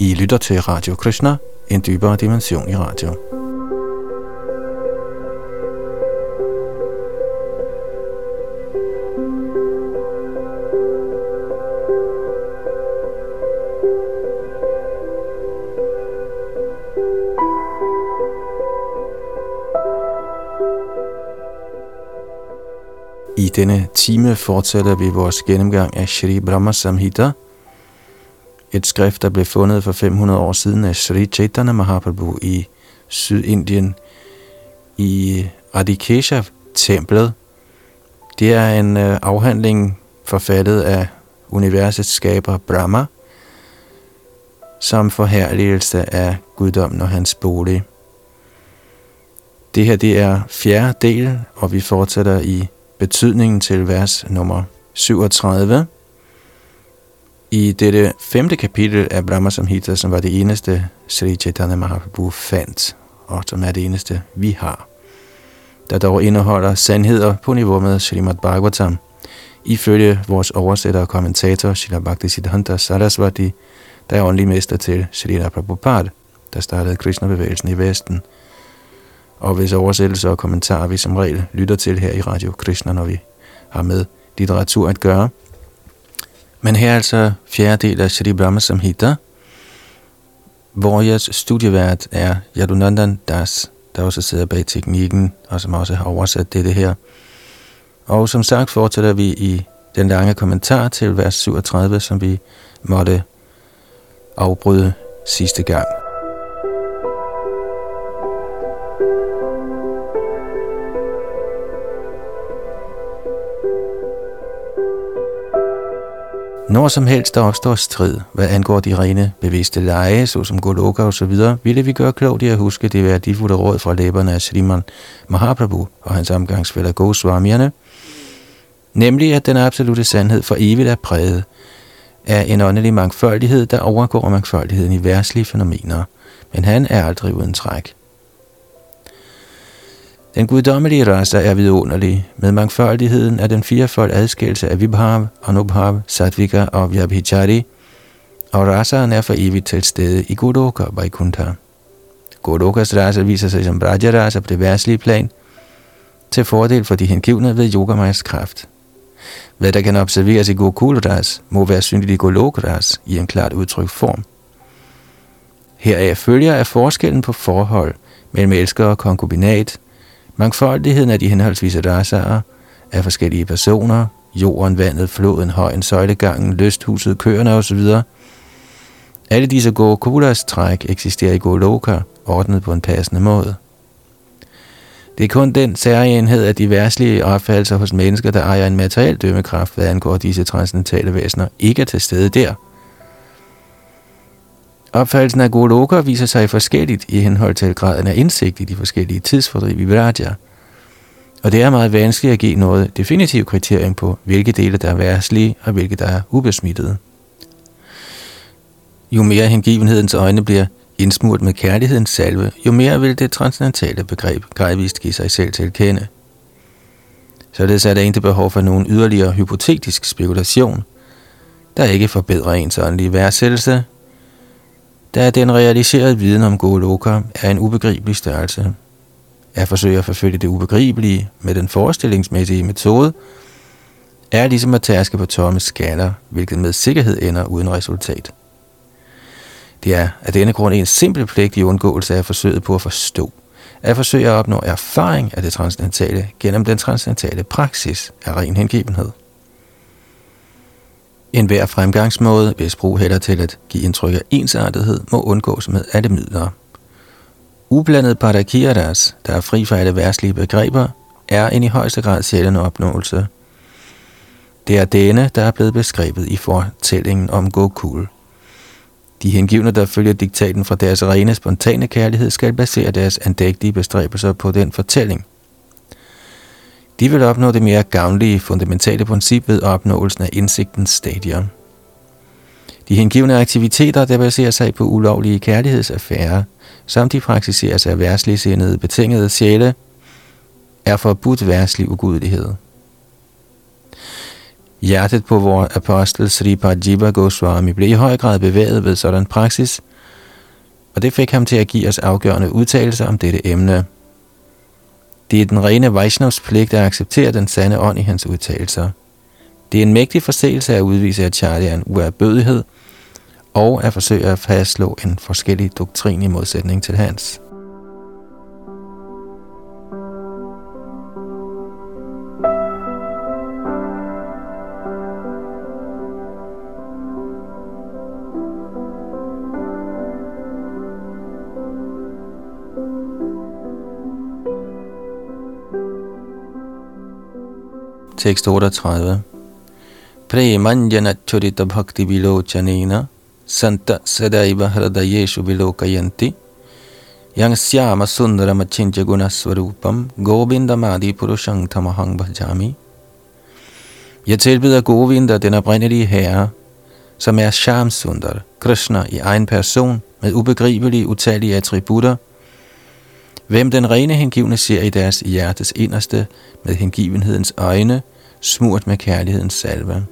I lytter til Radio Krishna, en dybere dimension i radio. I denne time fortsætter vi vores gennemgang af Shri Brahma Samhita, et skrift, der blev fundet for 500 år siden af Sri Chaitanya Mahaprabhu i Sydindien i Adikesha-templet. Det er en afhandling forfattet af universets skaber Brahma, som forherligelse af guddommen og hans bolig. Det her det er 4. del, og vi fortsætter i betydningen til vers nummer 37. I dette 5. kapitel af Brahma Samhita, som var det eneste Sri Chaitanya Mahaprabhu fandt, og som er det eneste vi har, der dog indeholder sandheder på niveau med Srimad Bhagavatam, ifølge vores oversætter og kommentator Srila Bhaktisiddhanta Saraswati, der er åndelig mester til Srila Prabhupada, der startede Krishna-bevægelsen i Vesten, og hvis oversættelser og kommentarer vi som regel lytter til her i Radio Krishna, når vi har med litteratur at gøre. Men her er altså 4. del af Shri Brahma Samhita, hvor jeres studievært er Yadunandan Das, der også sidder bag teknikken, og som også har oversat dette her. Og som sagt fortsætter vi i den lange kommentar til vers 37, som vi måtte afbryde sidste gang. Når som helst der opstår strid, hvad angår de rene bevidste lege, såsom Goloka og så videre, ville vi gøre klogt i at huske det værdifulde råd fra læberne af Sriman Mahaprabhu og hans omgangsfæller Goswamierne, nemlig at den absolute sandhed for evigt er præget af en åndelig mangfoldighed, der overgår mangfoldigheden i verdslige fænomener, men han er aldrig uden træk. Den guddommelige rasa er vidunderlig. Med mangfoldigheden af den firefold adskillelse af Vibhav, Anubhav, Sattvika og Vyabhichari, og rasaen er for evigt til stede i Goloka og Vaikuntha. Golokas rasa viser sig som Braja-rasa på det verdslige plan, til fordel for de hengivne ved Yogamayas kraft. Hvad der kan observeres i Gokul-ras, må være synligt i Golok-ras i en klart udtrykt form. Heraf følger af forskellen på forhold mellem elsker og konkubinat, mangfoldigheden af de henholdsvis rasaer af forskellige personer, jorden, vandet, floden, højen, søjlegangen, lysthuset, køerne osv. Alle disse Gokulas træk eksisterer i Goloka, ordnet på en passende måde. Det er kun den særenhed af de verdslige opfattelser hos mennesker, der ejer en materiel dømmekraft, hvad angår disse transcendentale væsener, ikke er til stede der. Opfattelsen af Goloka viser sig forskelligt i henhold til graden af indsigt i de forskellige tidsfordriv i Vraja. Og det er meget vanskeligt at give noget definitivt kriterium på, hvilke dele der er verdslige og hvilke der er ubesmittede. Jo mere hengivenhedens øjne bliver indsmurt med kærlighedens salve, jo mere vil det transcendentale begreb gradvist give sig selv til kende. Således er der ikke behov for nogen yderligere hypotetisk spekulation, der ikke forbedrer ens åndelige værdsættelse, da den realiserede viden om Goloka er en ubegribelig størrelse. At forsøge at forfølge det ubegribelige med den forestillingsmæssige metode, er ligesom at tærske på tomme skaller, hvilket med sikkerhed ender uden resultat. Det er af denne grund en simpel pligt i undgåelse af forsøget på at forstå, at forsøge at opnå erfaring af det transcendentale gennem den transcendentale praksis af ren hengivenhed. En hver fremgangsmåde, hvis brug hælder til at give indtryk af ensartethed, må undgås med alle midler. Ublandet parakiyadas, der er fri fra alle verdslige begreber, er en i højeste grad sjælden opnåelse. Det er denne, der er blevet beskrevet i fortællingen om Gokul. De hengivne, der følger diktaten fra deres rene, spontane kærlighed, skal basere deres andægtige bestræbelser på den fortælling. De vil opnå det mere gavnlige, fundamentale princip ved opnåelsen af indsigtens stadier. De hengivne aktiviteter, der baserer sig på ulovlige kærlighedsaffærer, samt de praktiseres af verdsligsindede betingede sjæle, er forbudt verdslig ugudelighed. Hjertet på vor apostel Sripad Jiva Goswami blev i høj grad bevæget ved sådan praksis, og det fik ham til at give os afgørende udtalelser om dette emne. Det er den rene Vaishnavs pligt at acceptere den sande ånd i hans udtalelser. Det er en mægtig forseelse at udvise acharya en uærbødighed, og at forsøge at fastslå en forskellig doktrin i modsætning til hans. Tekst 38. Premanjana churita bhakti vilochanena santa sadaiva hradayeshu vilokayanti yang syama sundaram achincha gunasvarupam govindamadi purushang tamahang bhajami. Jeg tilbyder Govinda, den oprindelige herre, som er Shyam Sundar, Krishna i egen person, med ubegribelige utallige attributter, hvem den rene hengivne ser i deres hjertes inderste med hengivenhedens øjne, smurt med kærlighedens salve.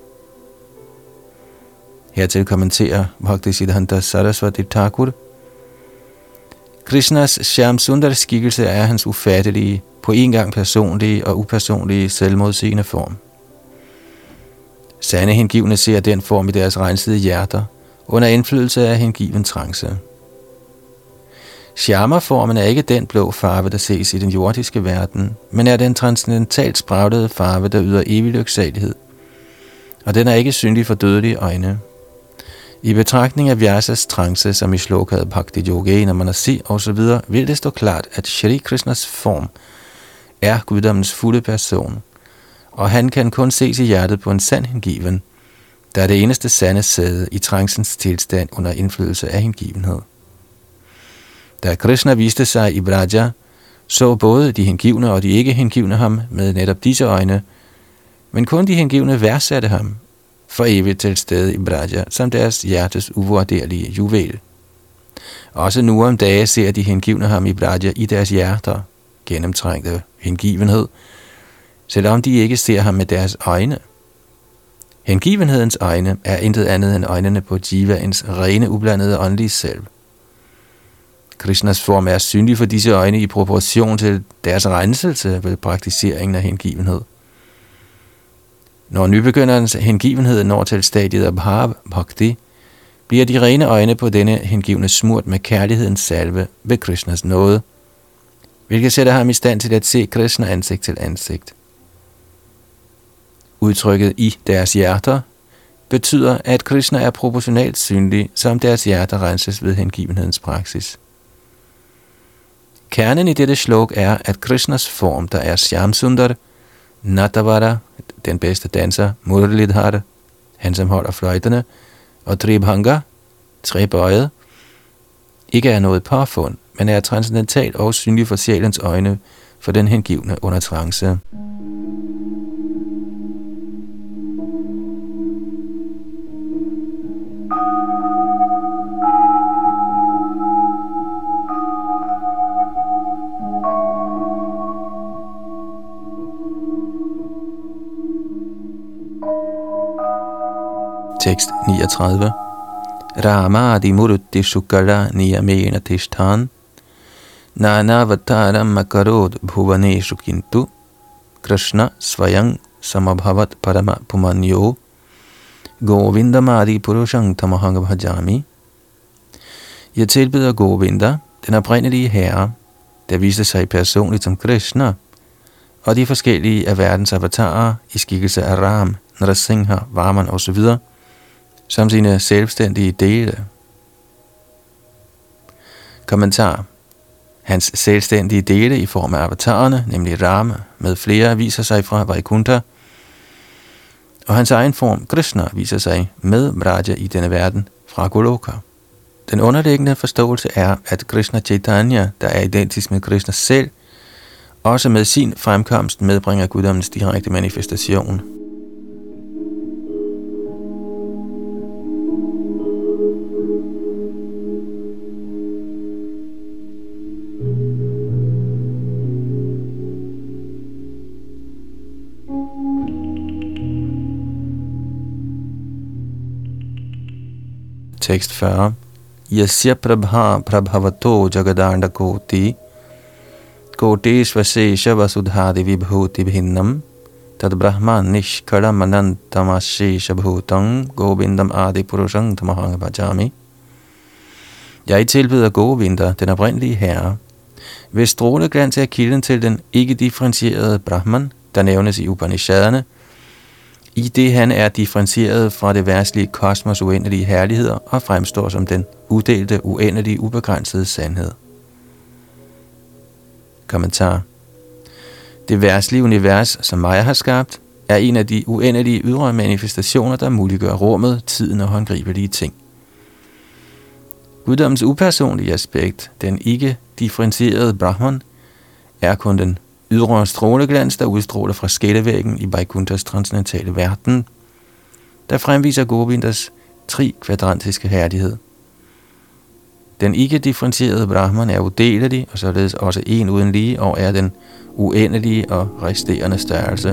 Hertil kommenterer Bhaktisiddhanta Saraswati Thakur: Krishnas Shyam Sundar skikkelse er hans ufattelige, på en gang personlige og upersonlige selvmodsigende form. Sande hengivne ser den form i deres rensede hjerter, under indflydelse af hengiven trance. Shyama-formen er ikke den blå farve, der ses i den jordiske verden, men er den transcendentalt spraglede farve, der yder evig lyksalighed. Og den er ikke synlig for dødelige øjne. I betragtning af Vyasas trance, som i shlokaet Bhakti Yogena Manasi osv., vil det stå klart, at Shri Krishnas form er guddommens fulde person, og han kan kun ses i hjertet på en sand hengiven, der er det eneste sande sæde i trancens tilstand under indflydelse af hengivenhed. Da Krishna viste sig i Vraja, så både de hengivne og de ikke hengivne ham med netop disse øjne, men kun de hengivne værdsatte ham for evigt til stede i Vraja som deres hjertes uvurderlige juvel. Også nu om dage ser de hengivne ham i Vraja i deres hjerter, gennemtrængte hengivenhed, selvom de ikke ser ham med deres øjne. Hengivenhedens øjne er intet andet end øjnene på Jivaens rene ublandede åndelige selv. Krishnas form er synlig for disse øjne i proportion til deres renselse ved praktiseringen af hengivenhed. Når nybegynderens hengivenhed når til stadiet af bhav bhakti, bliver de rene øjne på denne hengivne smurt med kærlighedens salve ved Krishnas nåde, hvilket sætter ham i stand til at se Krishna ansigt til ansigt. Udtrykket i deres hjerter betyder, at Krishna er proportionalt synlig, som deres hjerter renses ved hengivenhedens praksis. Kernen i dette shlok er, at Krishnas form, der er Shyam Sundar, Natavara, den bedste danser, Muralidhar, han som holder fløjterne, og Tribhanga, trebøjet, ikke er noget påfund, men er transcendental og synlig for sjælens øjne for den hengivne under trance. Tekst 39. Ramadi murutti shukala niyamena tishthan nanavataram makarod bhuvaneshu kintu Krishna svayang samabhavat parama pumanyo govindamadi purushang tamahang bhajami. Jeg tilbyder Govinda, den oprindelige herre, der viste sig personligt som Krishna, og de forskellige af verdens avatarer i skikkelse af Ram, Nrasingha, Vaman osv., som sine selvstændige dele. Kommentar. Hans selvstændige dele i form af avatarerne, nemlig Rama, med flere viser sig fra Vaikuntha, og hans egen form, Krishna, viser sig med Vraja i denne verden fra Goloka. Den underliggende forståelse er, at Krishna Chaitanya, der er identisk med Krishna selv, også med sin fremkomst medbringer guddommens direkte manifestation. Tekst 40. Yasya prabha prabhavato jagadanda koti koteshvasesha vasudhadi vibhuti bhinnam tad brahman nishkaram anantamashesha bhutang govindam adi purushang tamahang bhajami. Jeg tilbyder Govinda, den oprindelige herre, hvis stråleglans er kilden til den ikke-differentierede Brahman, der nævnes i Upanishaderne, i det han er differentieret fra det verdslige kosmos uendelige herligheder og fremstår som den udelte, uendelige, ubegrænsede sandhed. Kommentar. Det verdslige univers, som Maya har skabt, er en af de uendelige ydre manifestationer, der muliggør rummet, tiden og håndgribelige ting. Guddommens upersonlige aspekt, den ikke differentierede Brahman, er kun den ydre stråleglans, der udstråler fra skællevæggen i Vaikunthas transcendentale verden, der fremviser Govindas tri-kvadrantiske herlighed. Den ikke differentierede Brahman er udelelig, og således også en uden lige, og er den uendelige og resterende størrelse.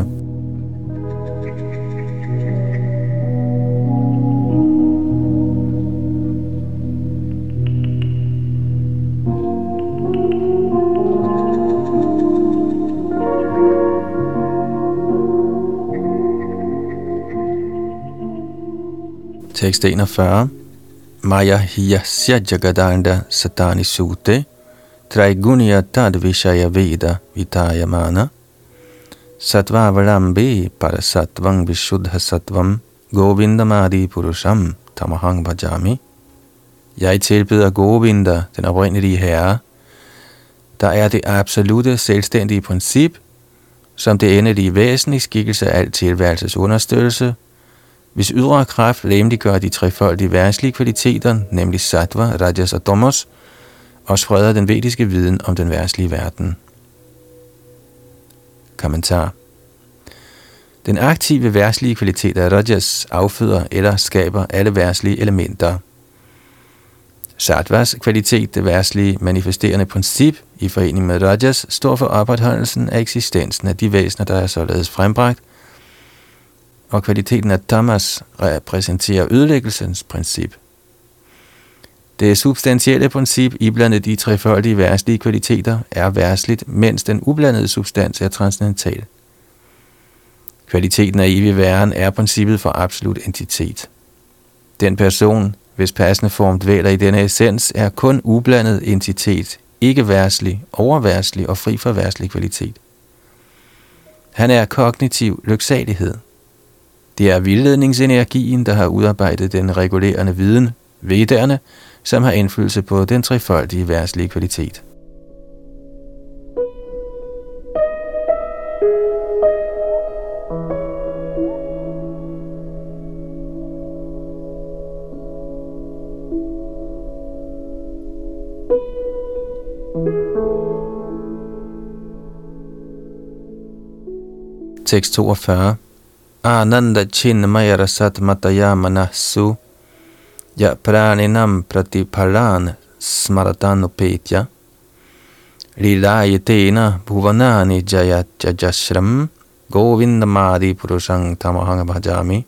Tekst 41. Maya hiyasya jagadanda satani sute traigunya tad vishaya veda vitayamana sattva-varambe parasattvam vishuddha sattvam govindamadi purusham tamahang bhajami. Jeg tilbyder Govinda, den oprindelige herre, der er det absolute selvstændige princip, som det endelige væsen i skikkelse af al tilværelses understøttelse, hvis ydre kraft legemliggør de trefoldige verdslige kvaliteter, nemlig sattva, rajas og tamas, og spreder den vediske viden om den verdslige verden. Kommentar. Den aktive verdslige kvalitet af rajas afføder eller skaber alle verdslige elementer. Sattvas kvalitet, det verdslige manifesterende princip, i forening med rajas, står for opretholdelsen af eksistensen af de væsener, der er således frembragt, og kvaliteten af tamas repræsenterer ødelæggelsens princip. Det substantielle princip, iblandet de trefoldige verdslige kvaliteter, er verdsligt, mens den ublandede substans er transcendental. Kvaliteten af evig væren er princippet for absolut entitet. Den person, hvis passende form dvæler i denne essens, er kun ublandet entitet, ikke verdslig, oververdslig og fri for verdslig kvalitet. Han er kognitiv lyksalighed. Det er vildledningsenergien, der har udarbejdet den regulerende viden, vedderne, som har indflydelse på den trefoldige verdslige kvalitet. Tekst 42. Ananda chinmaya rasat mataya manassu ya praninam pratipalan smaratanupetya lilayatena bhuvanani jayat jajashram govindamadi purushang tamahang bhajami.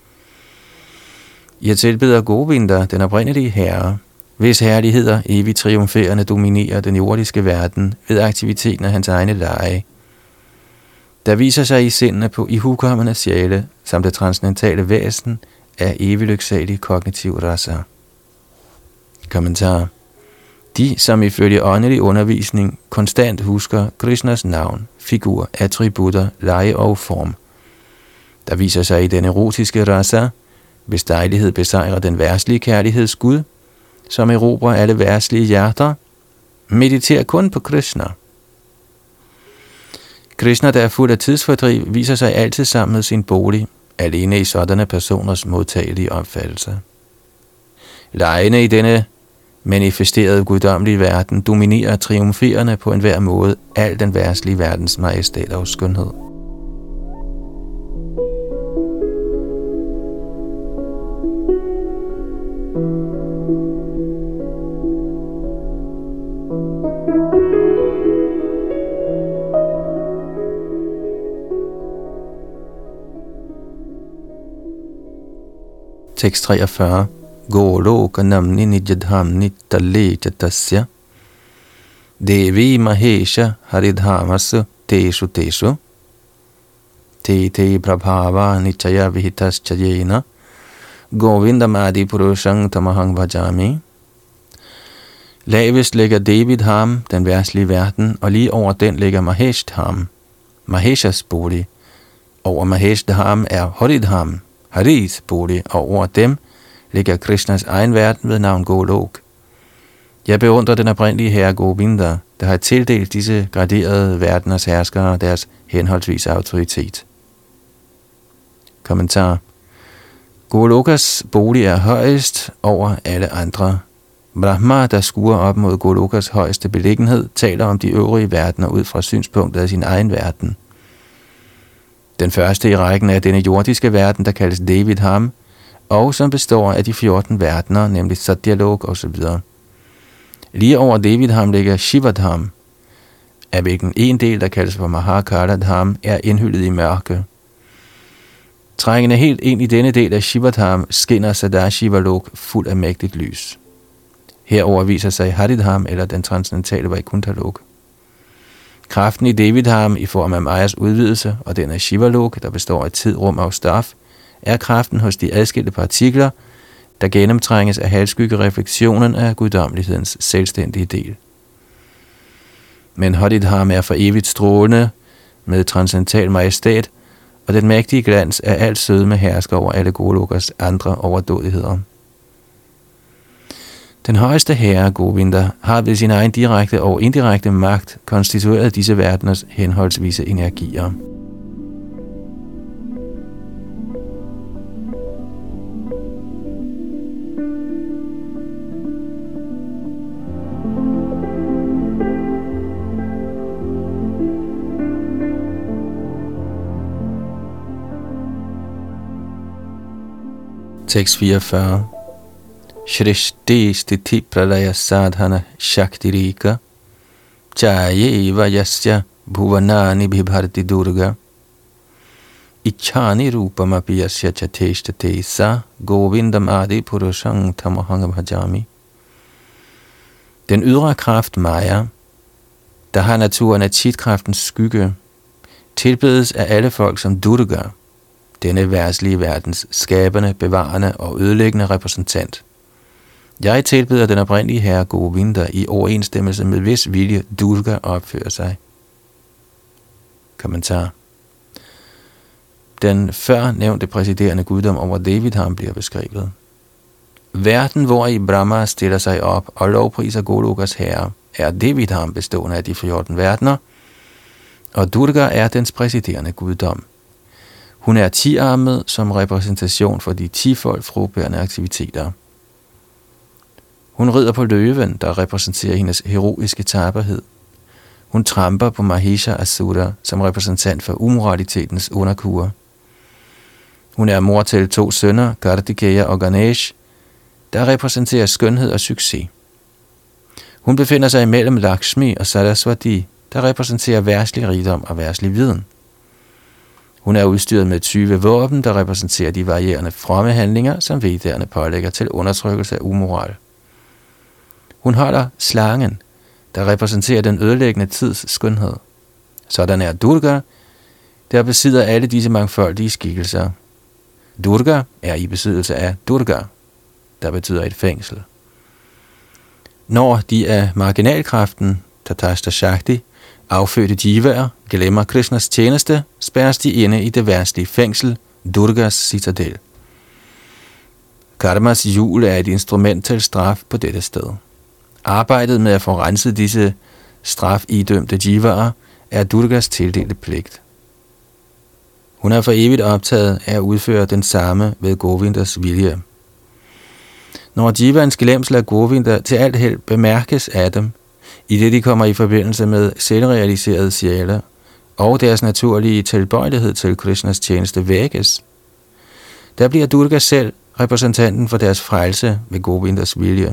Jeg tilbyder Govinda, den oprindelige herre, hvis herligheder evigt triumferende dominerer den jordiske verden ved aktiviteten af hans egne lege, der viser sig i sindene på ihukommende sjæle, samt det transcendentale væsen af evig lyksalig kognitiv rasa. Kommentar. De, som ifølge åndelig undervisning konstant husker Krishnas navn, figur, attributter, lege og form, der viser sig i den erotiske rasa, hvis dejlighed besejrer den verdslige kærligheds Gud, som erobrer alle verdslige hjerter, mediterer kun på Krishna. Krishna, der er fuld af tidsfordriv, viser sig altid sammen med sin bolig, alene i sådanne personers modtagelige opfattelse. Legene i denne manifesterede guddommelige verden dominerer triumferende på enhver måde al den verdslige verdens majestæt og skønhed. Tekst 43. Golokanamni nijadhamni talejatasya Devi Mahesha Haridhamasu Teshu Teshu Te Prabhava Nichaya Vihitas Chayena Govindam Adi Purushang Tamahang Bhajami. Lavest ligger Devi Dham, den verdslige verden, og lige over den ligger Mahesh Dham, Maheshas bolig. Over Mahesh Dham er Haridham, Haris bolig, og over dem ligger Krishnas egen verden ved navn Golok. Jeg beundrer den oprindelige herre Govinda, der har tildelt disse graderede verdeners herskere deres henholdsvis autoritet. Kommentar. Golokas bolig er højest over alle andre. Brahma, der skuer op mod Golokas højeste beliggenhed, taler om de øvrige verdener ud fra synspunktet af sin egen verden. Den første i rækken er denne jordiske verden, der kaldes Devi Dham, og som består af de 14 verdener, nemlig Satyalok osv. Lige over Devi Dham ligger Shiva Dham, af hvilken en del, der kaldes for Mahakala Dham, er indhyllet i mørke. Trængende helt ind i denne del af Shiva Dham skinner Sadashiva Lok fuld af mægtigt lys. Herover viser sig Haridham eller den transcendentale Vaikuntha Lok. Kraften i Devi Dham i form af Mayas udvidelse og den af Shiva Lok, der består af tid, rum og stof, er kraften hos de adskilte partikler, der gennemtrænges af halvskyggereflektionen af guddommelighedens selvstændige del. Men Haridham er for evigt strålende med transcendental majestat, og den mægtige glans af alt sødme hersker over alle Golokers andre overdådigheder. Den højeste herre, Govinda, har ved sin egen direkte og indirekte magt konstitueret disse verdeners henholdsvise energier. Tekst 44. Shrishti stiti pralaya sadhana shaktirika chayeva yasya bhuvanani bhibharti durga ichhani rupamapi yasya chateshtate sa govindam adi purushang tamahang bhajami. Den ydre kraft Maya, der har naturen af chitkraftens skygge, tilbedes af alle folk som Durga, denne verdslige verdens skabende, bevarende og ødelæggende repræsentant. Jeg tilbeder den oprindelige herre Govinda i overensstemmelse med hvis vilje Durga opfører sig. Kommentar. Den før nævnte præsiderende guddom over Devi Dham bliver beskrevet. Verden, hvor i Brahma stiller sig op og lovpriser Golokas herre, er Devi Dham bestående af de 14 verdener, og Durga er dens præsiderende guddom. Hun er 10-armet som repræsentation for de 10-fold frugtbærende aktiviteter. Hun rider på løven, der repræsenterer hendes heroiske tapperhed. Hun tramper på Mahesha Asura som repræsentant for umoralitetens underkur. Hun er mor til 2 sønner, Kartikeya og Ganesh, der repræsenterer skønhed og succes. Hun befinder sig imellem Lakshmi og Saraswati, der repræsenterer verdslig rigdom og verdslig viden. Hun er udstyret med 20 våben, der repræsenterer de varierende fromme handlinger, som vedderne pålægger til undertrykkelse af umoral. Hun holder slangen, der repræsenterer den ødelæggende tids skønhed. Sådan er Durga, der besidder alle disse mangfoldige skikkelser. Durga er i besiddelse af Durga, der betyder et fængsel. Når de af marginalkraften, Tatashta Shakti, affødte jivaer, glemmer Krishnas tjeneste, spærres de inde i det værtslige fængsel, Durgas citadel. Karmas hjul er et instrument til straf på dette sted. Arbejdet med at få renset disse strafidømte jivaer er Durgas tildelte pligt. Hun er for evigt optaget af at udføre den samme ved Govindas vilje. Når jivaens glemsel af Govinda til alt held bemærkes af dem, i det de kommer i forbindelse med selvrealiserede sjæle, og deres naturlige tilbøjelighed til Krishnas tjeneste vækkes, der bliver Durga selv repræsentanten for deres frelse ved Govindas vilje.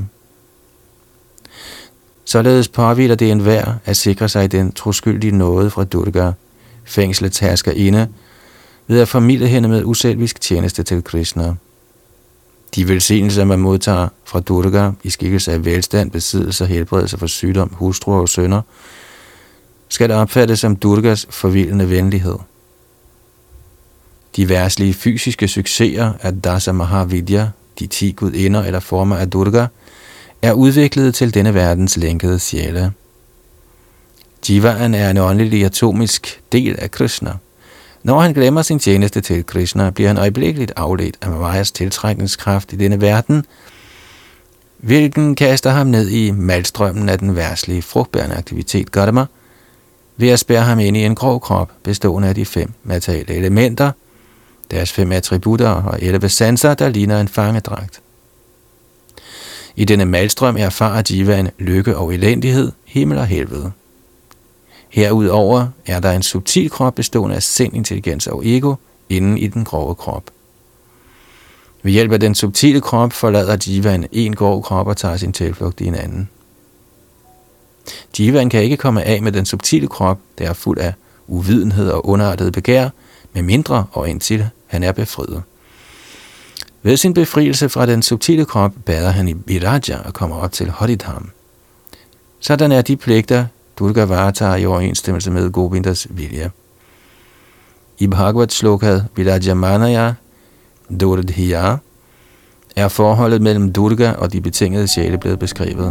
Således påhviler det enhver at sikre sig den troskyldige nåde fra Durga, fængslets herskerinde, ved at formidle hende med uselvisk tjeneste til Krishna. De velsignelser, man modtager fra Durga i skikkelse af velstand, besiddelse og helbredelse for sygdom, hustruer og sønner, skal det opfattes som Durgas forvildende venlighed. De verdslige fysiske succeser af Dasa Mahavidya, de 10 gudinder eller former af Durga, er udviklet til denne verdens lænkede sjæle. Jivaen er en åndelig atomisk del af Krishna. Når han glemmer sin tjeneste til Krishna, bliver han øjeblikkeligt afledt af Mayas tiltrækningskraft i denne verden, hvilken kaster ham ned i malstrømmen af den verdslige frugtbærende aktivitet Karma, ved at spærre ham ind i en grov krop, bestående af de 5 materielle elementer, deres 5 attributter og 11 sanser, der ligner en fangedragt. I denne malstrøm erfarer jivaen lykke og elendighed, himmel og helvede. Herudover er der en subtil krop bestående af sind, intelligens og ego inden i den grove krop. Ved hjælp af den subtile krop forlader jivaen en grov krop og tager sin tilflugt i en anden. Jivaen kan ikke komme af med den subtile krop, der er fuld af uvidenhed og underartet begær, med mindre og indtil han er befriet. Ved sin befrielse fra den subtile krop bader han i Viraja og kommer op til Haridham. Sådan er de pligter, Durga varetager i overensstemmelse med Govindas vilje. I Bhagavad slokat Virajamanaya Durdhiya er forholdet mellem Durga og de betingede sjæle blevet beskrevet.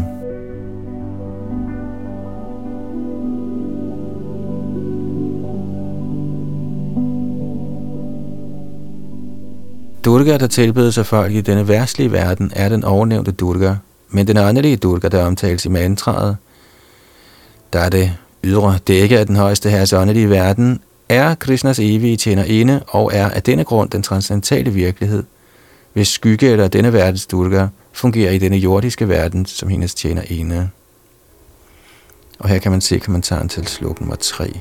Durga, der tilbyder sig folk i denne verdslige verden, er den ovennævnte Durga, men den åndelige Durga, der omtales i mantraet, der er det ydre dække af den højeste herres åndelige verden, er Krishnas evige tjenerinde og er af denne grund den transcendentale virkelighed, hvis skygge eller denne verdens Durga fungerer i denne jordiske verden som hendes tjenerinde. Og her kan man se kommentaren til slok nummer 3.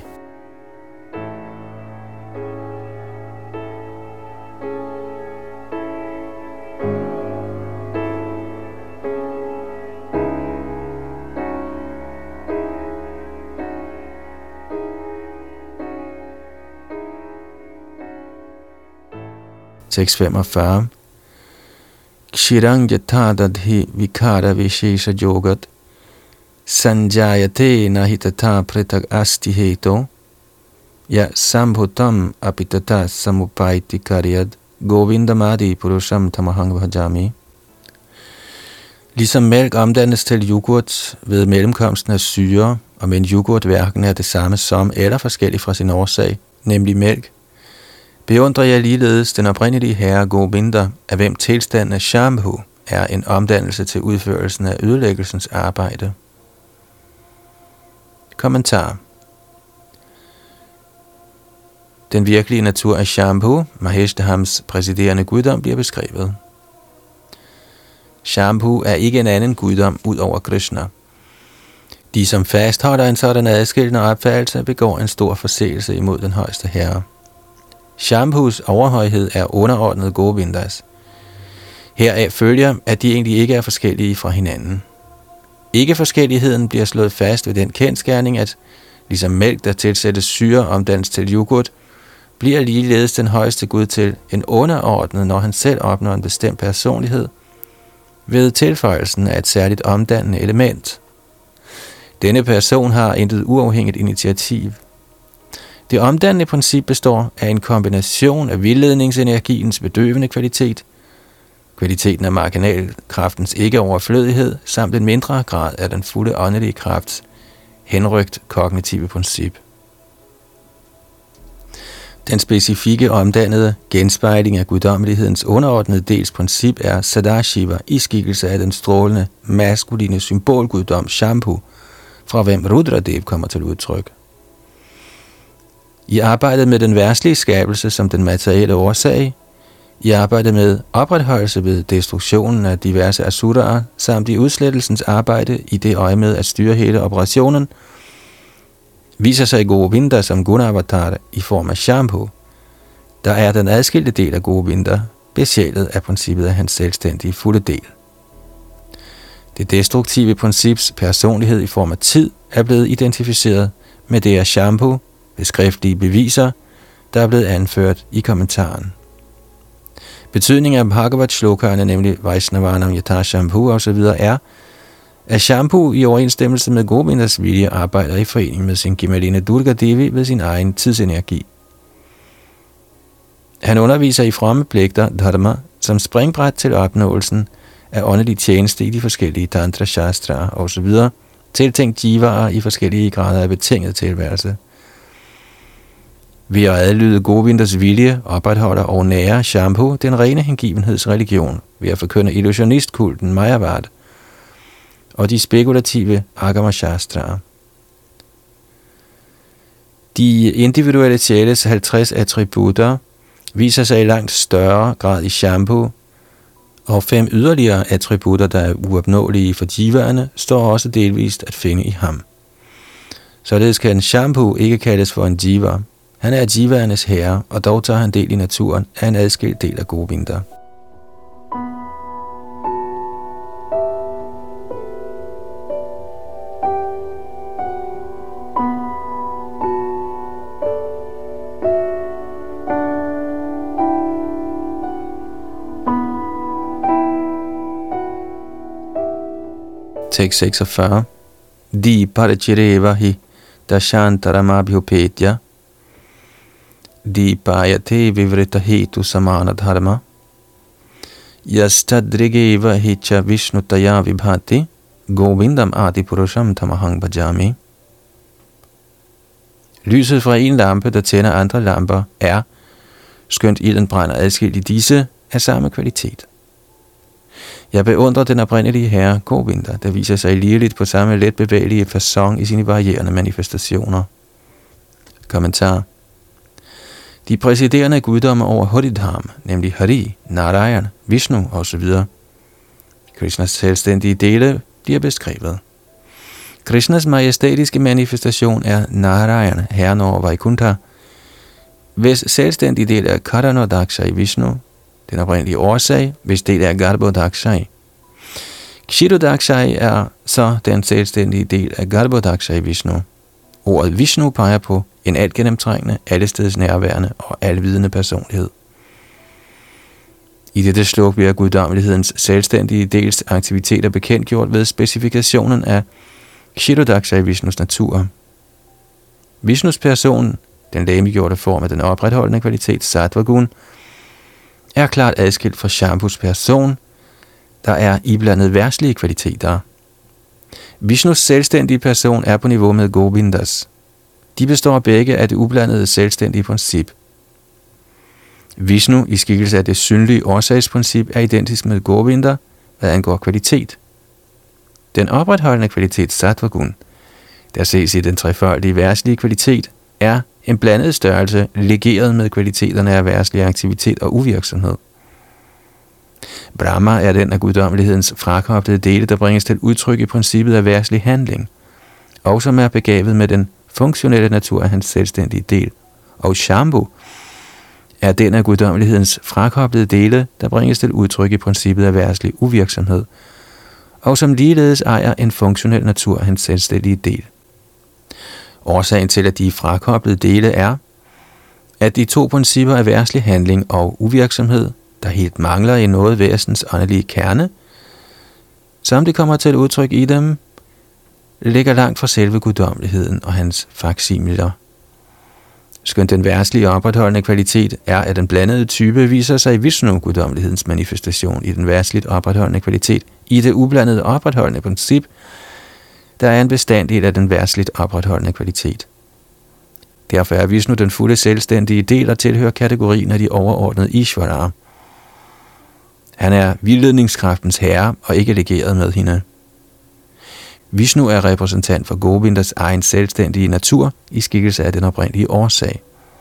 Tekst 45. Kshirang yatadadhi vikara vishesha yogat sanjayate nahitata pritag asti heto ya sambhutam apitata samupaiti karyad govindamadi purusham tamahang bhajami. Ligesom mælk omdannes til yoghurt ved mellemkomsten af syre, og men yoghurt hverken er det samme som eller forskellig fra sin årsag, nemlig mælk, beundrer jeg ligeledes den oprindelige herre Govinda, af hvem tilstanden af Shambhu er en omdannelse til udførelsen af ødelæggelsens arbejde. Kommentar. Den virkelige natur af Shambhu, Maheshtahams præsiderende guddom, bliver beskrevet. Shambhu er ikke en anden guddom ud over Krishna. De, som fastholder en sådan adskillende opfattelse, begår en stor forseelse imod den højeste herre. Shambhus overhøjhed er underordnet Govindas. Heraf følger, at de egentlig ikke er forskellige fra hinanden. Ikke-forskelligheden bliver slået fast ved den kendsgerning, at ligesom mælk, der tilsættes syre omdannes til yoghurt, bliver ligeledes den højeste Gud til en underordnet, når han selv opnår en bestemt personlighed, ved tilføjelsen af et særligt omdannende element. Denne person har intet uafhængigt initiativ. Det omdannende princip består af en kombination af vildledningsenergiens bedøvende kvalitet, kvaliteten af marginalkraftens ikke-overflødighed, samt en mindre grad af den fulde åndelige krafts henrygt kognitive princip. Den specifikke omdannede genspejling af guddommelighedens underordnede dels princip er Sadashiva i skikkelse af den strålende, maskuline symbolguddom Shambhu, fra hvem Rudradev kommer til udtryk. I arbejdet med den verdslige skabelse som den materielle årsag, i arbejdet med opretholdelse ved destruktionen af diverse asuraer, samt i udslettelsens arbejde i det øje med at styre hele operationen, viser sig Govinda som Gunavatar i form af Shambhu, der er den adskilte del af Govinda, besjælet af princippet af hans selvstændige fulde del. Det destruktive princips personlighed i form af tid er blevet identificeret med det af Shambhu ved skriftlige beviser, der er blevet anført i kommentaren. Betydningen af Bhagavat-shlokaerne, nemlig Vaishnavanam Yatha Shambhu osv., er, at Shambhu i overensstemmelse med Govindas vilje arbejder i forening med sin Gemaline Durga Devi ved sin egen tidsenergi. Han underviser i fromme pligter, dharma, som springbræt til opnåelsen af åndelig tjeneste i de forskellige tantra shastraer osv., tiltænkt jivaer i forskellige grader af betinget tilværelse. Ved at adlyde Govindas vilje opretholder og nærer Shambhu den rene hengivenhedsreligion ved at forkynde illusionistkulten Mayavad og de spekulative Agama shastraer. De individuelle sjæles 50 attributter viser sig i langt større grad i Shambhu, og 5 yderligere attributter, der er uopnåelige for jivaerne, står også delvist at finde i ham. Således kan Shambhu ikke kaldes for en jiva. Han er jivaernes herre, og dog tager han del i naturen af en adskilt del af Govinda. Tekst 46. Di parichirevahi dashantaramabhyupetya di payate vivrita hetu samana dharma yastadrigeva hicha vishnutaya vibhati govindam adipurusham tamahang bhajami. Lyset fra en lampe, der tænder andre lamper, er, skønt ilden brænder adskilt i disse, af samme kvalitet. Jeg beundrer den oprindelige herre Govinda, der viser sig ligeligt på samme let bevægelige facon i sine varierende manifestationer. Kommentar. De præsiderende guddomme over Haridham, nemlig Hari, Narayan, Vishnu osv. Krishnas selvstændige dele bliver beskrevet. Krishnas majestætiske manifestation er Narayan, herren over Vaikuntha, hvis selvstændige del er Karanadaksha i Vishnu, den oprindelige årsag, hvis del er Garbhodakshai. Kshirodakshai er så den selvstændige del af Garbhodakshai i Vishnu. Ordet Vishnu peger på en altgennemtrængende, allesteds nærværende og alvidende personlighed. I dette sluk bliver guddommelighedens selvstændige dels aktiviteter bekendtgjort ved specifikationen af Kshirodakshai i Vishnus natur. Vishnus person, den legemliggjorte form af den opretholdende kvalitet Sattva-gun, er klart adskilt fra Shambhus person, der er iblandet verdslige kvaliteter. Vishnus selvstændige person er på niveau med Govindas. De består begge af det ublandede selvstændige princip. Vishnu i skikkelse af det synlige årsagsprincip er identisk med Govinda, hvad angår kvalitet. Den opretholdende kvalitet Sattva-gun, der ses i den trefoldige verdslige kvalitet, er en blandet størrelse legeret med kvaliteterne af verdslig aktivitet og uvirksomhed. Brahma er den af guddommelighedens frakoblede dele, der bringes til udtryk i princippet af verdslig handling, og som er begavet med den funktionelle natur af hans selvstændige del. Og Shambhu er den af guddommelighedens frakoblede dele, der bringes til udtryk i princippet af verdslig uvirksomhed, og som ligeledes ejer en funktionel natur af hans selvstændige del. Årsagen til, at de frakoblede dele er, at de to principper af verdslig handling og uvirksomhed, der helt mangler i noget væsens åndelige kerne, som det kommer til udtryk i dem, ligger langt fra selve guddommeligheden og hans faksimiler. Skønt den verdslige opretholdende kvalitet er af den blandede type, viser sig i Vishnu-guddommelighedens manifestation i den verdsligt opretholdende kvalitet i det ublandede opretholdende princip, der er en bestanddel af den verdsligt opretholdende kvalitet. Derfor er Vishnu den fulde selvstændige del og tilhører kategorien af de overordnede Ishvaraer. Han er vildledningskraftens herre og ikke legeret med hende. Vishnu er repræsentant for Govindas egen selvstændige natur i skikkelse af den oprindelige årsag.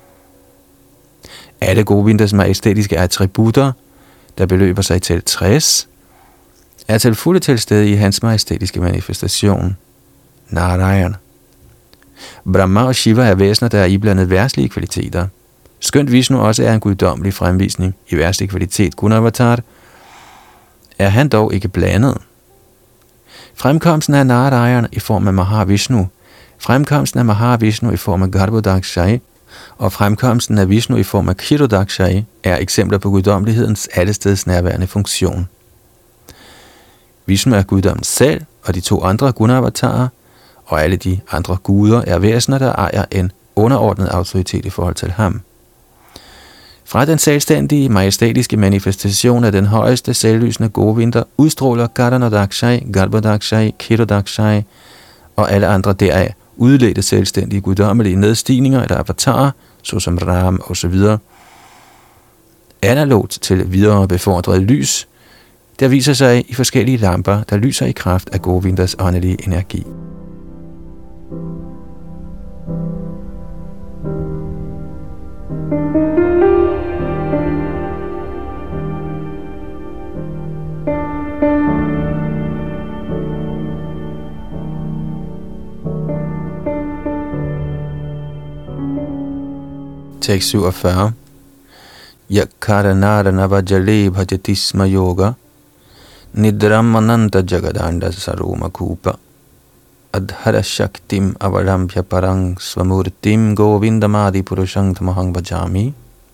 Alle Govindas majestætiske attributter, der beløber sig til 60, er til fulde til stede i hans majestætiske manifestation, Narayan. Brahma og Shiva er væsener, der er iblandet verdslige kvaliteter. Skønt Vishnu også er en guddommelig fremvisning i verdslig kvalitet Gunavatar, er han dog ikke blandet. Fremkomsten af Narayan i form af Mahavishnu, fremkomsten af Mahavishnu i form af Garbhodakshai og fremkomsten af Vishnu i form af Kshirodakshai er eksempler på guddommelighedens allesteds nærværende funktion. Vishnu er guddommen selv, og de 2 andre gunavatarer, og alle de andre guder er væsener, der ejer en underordnet autoritet i forhold til ham. Fra den selvstændige, majestætiske manifestation af den højeste selvlysende Govinda udstråler Karanodakshai, Garbhodakshai, Kshirodakshai og alle andre deraf udledte selvstændige guddommelige nedstigninger eller avatarer, såsom Ram osv., analogt til videre befordret lys, der viser sig i forskellige lamper, der lyser i kraft af Govindas åndelige energi. Tekst 47. Yakaranarana bhajatisma yoga nidram ananta jagadanda saroma kupa adhara shaktim avarambhya parang svamurtim govindamadi purushang tamahang bhajami.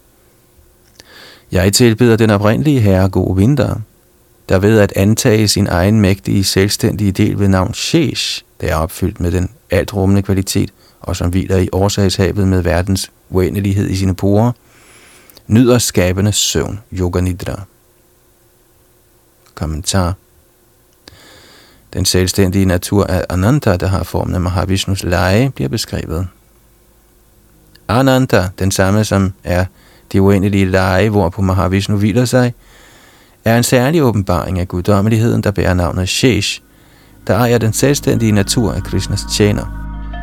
Jeg tilbeder den oprindelige herre Govinda, der ved at antage sin egen mægtige, selvstændige del ved navn Shesh, der er opfyldt med den altrummende kvalitet, og som hviler i årsagshavet med verdens uendelighed i sine porer, nyder skabende søvn, yoga nidra. Kommentar. Den selvstændige natur af Ananta, der har formen af Mahavishnus leje, bliver beskrevet. Ananta, den samme som er det uendelige leje, hvorpå Mahavishnu hviler sig, er en særlig åbenbaring af guddommeligheden, der bærer navnet Shesh, der ejer den selvstændige natur af Krishnas tjener.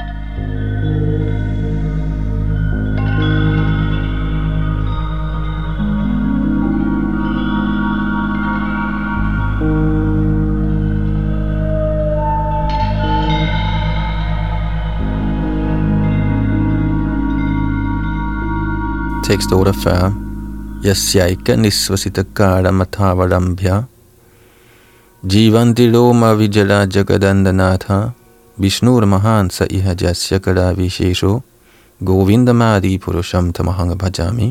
Tekst 48. Yasyaika nisvasita kara mathavarambhya jivanti loma vijala jagadandanatha Vishnur mahan sa iha jasya kara vishesho govindamadi purusham tamahang bhajami.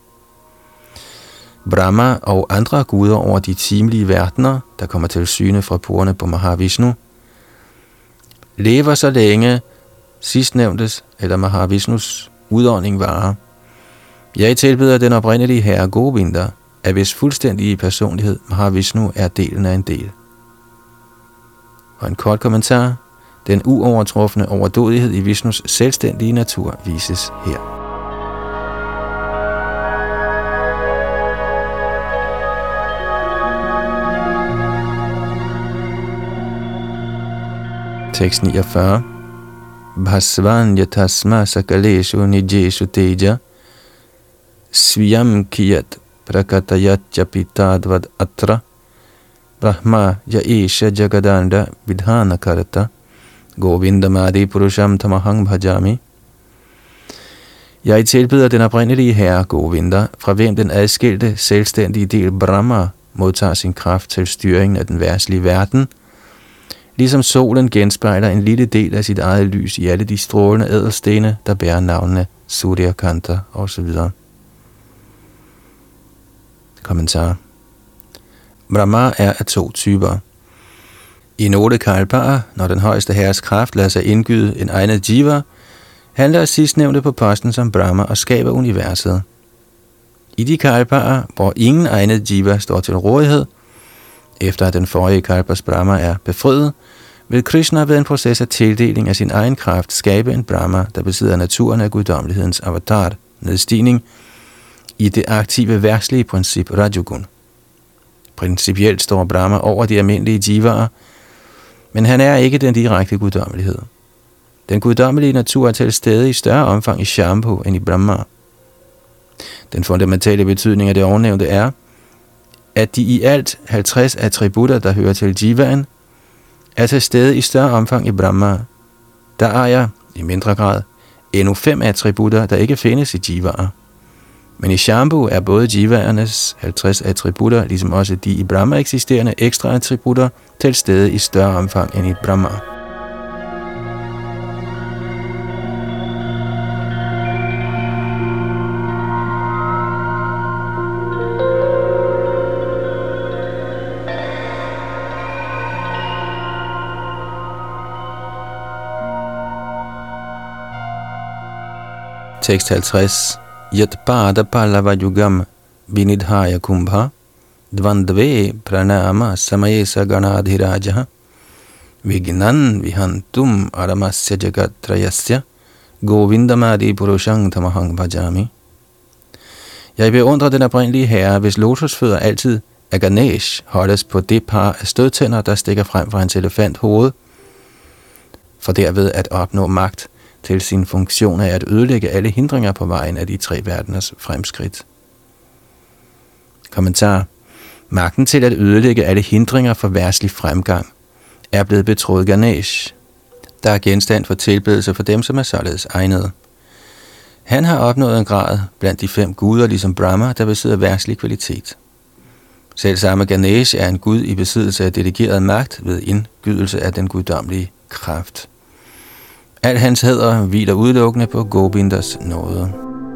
Brahma og andre guder over de timelige verdener, der kommer til syne fra porerne på Mahavishnu, lever så længe sidstnævntes eller Mahavishnus udånding varer. Jeg tilbeder den oprindelige herre Govinda, af hvis fuldstændige personlighed Mahavishnu er delen af en del. Og en kort kommentar. Den uovertrufne overdådighed i Vishnus selvstændige natur vises her. Tekst 49. Bhasvan yatasma sakaleshu nijeshu teja Sviyam kiyat prakatayat japitadvad atra Brahma yaesha jagadanda vidhana karata Govindamadi purusham tamahang bhajami. Jeg tilbeder den oprindelige herre Govinda, fra hvem den adskilte selvstændige del Brahma modtager sin kraft til styringen af den verdslige verden, ligesom solen genspejler en lille del af sit eget lys i alle de strålende ædelstene, der bærer navnene Surya Kanta osv. Kommentar. Brahma er af 2 typer. I nogle kalpaer, når den højeste herres kraft lader sig indgyde en egnet jiva, handler sidstnævnte på posten som Brahma og skaber universet. I de kalpaer, hvor ingen egnet jiva står til rådighed, efter at den forrige kalpas Brahma er befriet, vil Krishna ved en proces af tildeling af sin egen kraft skabe en Brahma, der besidder naturen af guddommelighedens avatar, nedstigning, i det aktive verdslige princip Rajogun. Principielt står Brahma over de almindelige jivaer, men han er ikke den direkte guddommelighed. Den guddommelige natur er til stede i større omfang i Shambhu end i Brahma. Den fundamentale betydning af det ovennævnte er, at de i alt 50 attributter, der hører til jivaen, er til stede i større omfang i Brahma. Der ejer, i mindre grad, endnu 5 attributter, der ikke findes i jivaer. Men i Shambhu er både jivaernes 50 attributter, ligesom også de i Brahma eksisterende ekstra attributter, til stede i større omfang end i Brahma. Tekst 50. Yat pada pallava yugam vinidhaya kumbha dvandve pranama samayesa ganadhirajaha vignan vihantum aramasya jagatrayasya govindamadi purushang tamahang bhajami. Jeg beundrer den oprindelige herre, hvis lotusfødder altid af Ganesh holdes på det par af stødtænder, der stikker frem fra hans elefanthoved, for derved at opnå magt til sin funktion af at ødelægge alle hindringer på vejen af de tre verdeners fremskridt. Kommentar. Magten til at ødelægge alle hindringer for verdslig fremgang er blevet betroet Ganesh, der er genstand for tilbedelse for dem, som er således egnede. Han har opnået en grad blandt de 5 guder, ligesom Brahma, der besidder verdslig kvalitet. Selv samme Ganesh er en gud i besiddelse af delegeret magt ved indgydelse af den guddommelige kraft. Al hans hæder hviler udelukkende på Govindas nåde.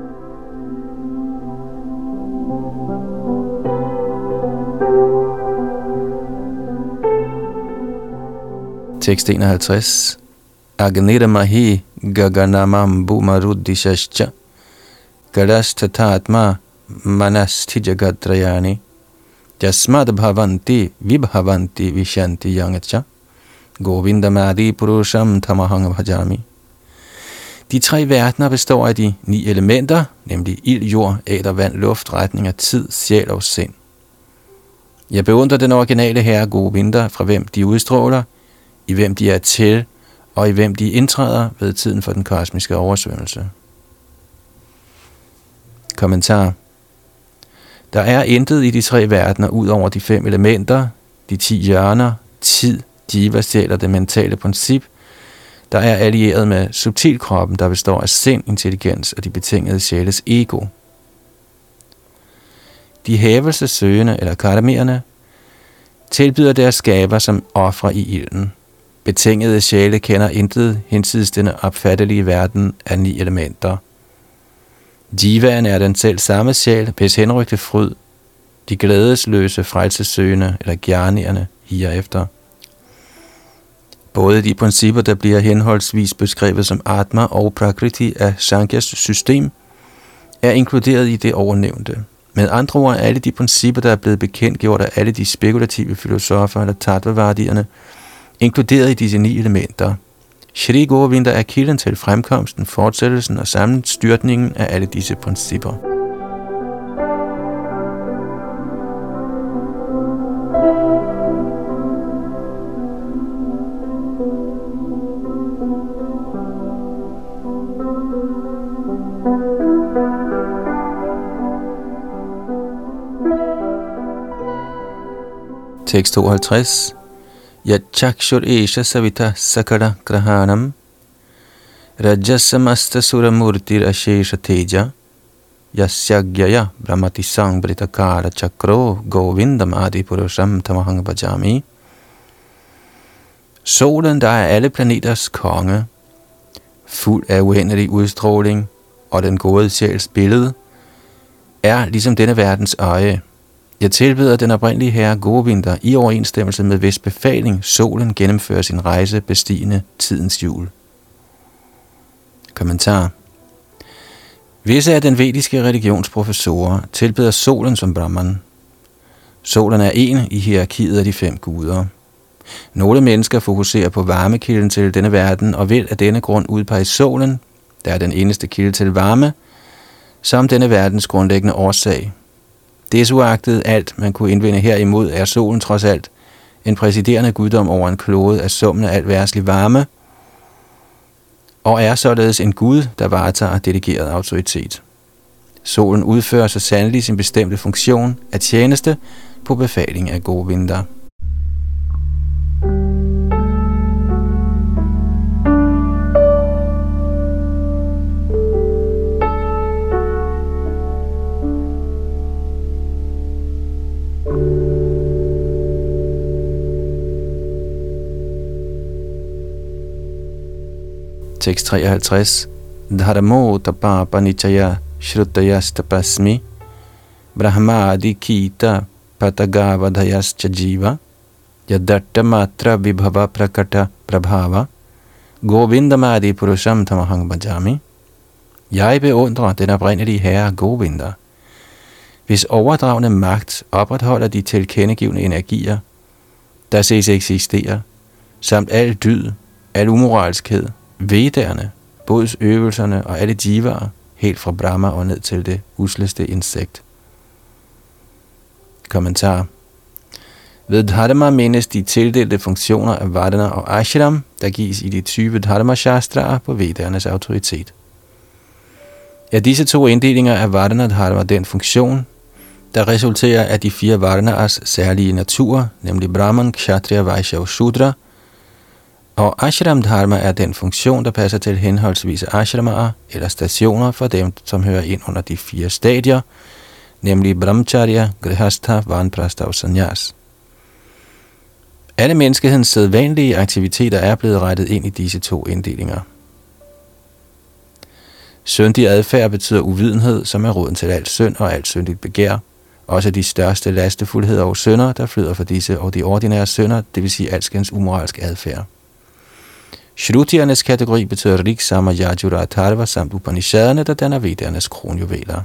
Tekst 51. Agnira mahi gaganamam bumaruddishascha gadastatatma manasti jagatrayani jasmad bhavanti vibhavanti vishanti yangacha govindamadi purusham tamahang bhajami. De 3 verdener består af de 9 elementer, nemlig ild, jord, æter, vand, luft, retning af tid, sjæl og sind. Jeg beundrer den originale herre Govinda, fra hvem de udstråler, i hvem de er til, og i hvem de indtræder ved tiden for den kosmiske oversvømmelse. Kommentar. Der er intet i de 3 verdener ud over de 5 elementer, de 10 hjørner, tid, jiva, sjæl og det mentale princip, der er allieret med subtilkroppen, der består af sind, intelligens og de betingede sjæles ego. De hævelsessøgende eller kardamerende tilbyder deres skaber som ofre i ilden. Betingede sjæle kender intet hinsides denne opfattelige verden af 9 elementer. Jivaen er den selv samme sjæl, hvis henrygte fryd, de glædesløse, frelsesøgende eller gjernerne herefter. Både de principper, der bliver henholdsvis beskrevet som Atma og Prakriti af Sankhya's system, er inkluderet i det ovennævnte. Med andre ord, alle de principper, der er blevet bekendtgjort af alle de spekulative filosofer eller tattvavardierne, inkluderet i disse 9 elementer. Shri Govinda er kilden til fremkomsten, fortsættelsen og sammenstyrtningen af alle disse principper. Tekst 52. Yat chakshur esha savita sakara grahanam rajasamasta suramurtir ashesha teja yasyagyaya brahmati sangbritakara chakro govindam adi purusham tamahang bhajami. Solen, der er alle planeters konge, fuld af uendelig udstråling og den gode sjæls billede, er ligesom denne verdens øje. Jeg tilbeder den oprindelige herre Govinda i overensstemmelse med hvis befaling solen gennemfører sin rejse bestigende tidens hjul. Kommentar. Visse af den vediske religionsprofessorer tilbeder solen som Brahman. Solen er en i hierarkiet af de 5 guder. Nogle mennesker fokuserer på varmekilden til denne verden og vil af denne grund udpege solen, der er den eneste kilde til varme, som denne verdens grundlæggende årsag. Desuagtet alt, man kunne indvende herimod, er solen trods alt en præsiderende guddom over en klode af summen af al verdslig varme, og er således en gud, der varetager delegeret autoritet. Solen udfører så sandelig sin bestemte funktion af tjeneste på befaling af Govinda. Tekst 53. Dharmo tapapa nichaya shrutayas tapasmi brahmadi kita patagavadhayas chajiva yadatta matra vibhava prakata prabhava govindamadi purusham tamahang bhajami. Jeg beundrer den oprindelige herre Govinda, hvis overdragende magt opretholder de tilkendegivende energier, der ses eksistere, samt al dyd, al umoralskhed, vedderne, bodsøvelserne og alle jivaer, helt fra Brahma og ned til det usleste insekt. Kommentar. Ved dharma menes de tildelte funktioner af vardana og ashram, der gives i de 20 dharma-shastraer på vedernes autoritet. Ja, disse to inddelinger af vardana dharma den funktion, der resulterer af de 4 varnaers særlige natur, nemlig Brahman, Kshatriya, Vaishya og Shudra, og ashram dharma er den funktion, der passer til henholdsvis ashramaer eller stationer for dem, som hører ind under de 4 stadier, nemlig brahmacharya, grihastha, vanprastha og sannyas. Alle menneskehedens sædvanlige aktiviteter er blevet rettet ind i disse 2 inddelinger. Syndig adfærd betyder uvidenhed, som er roden til alt synd og alt syndigt begær. Også de største lastefuldheder og synder, der flyder for disse og de ordinære synder, det vil sige alskens umoralsk adfærd. Shrutiernes kategori betyder Rig, Sama, Yajura og Tharva samt Upanishaderne, der danner vedernes kronjuveler.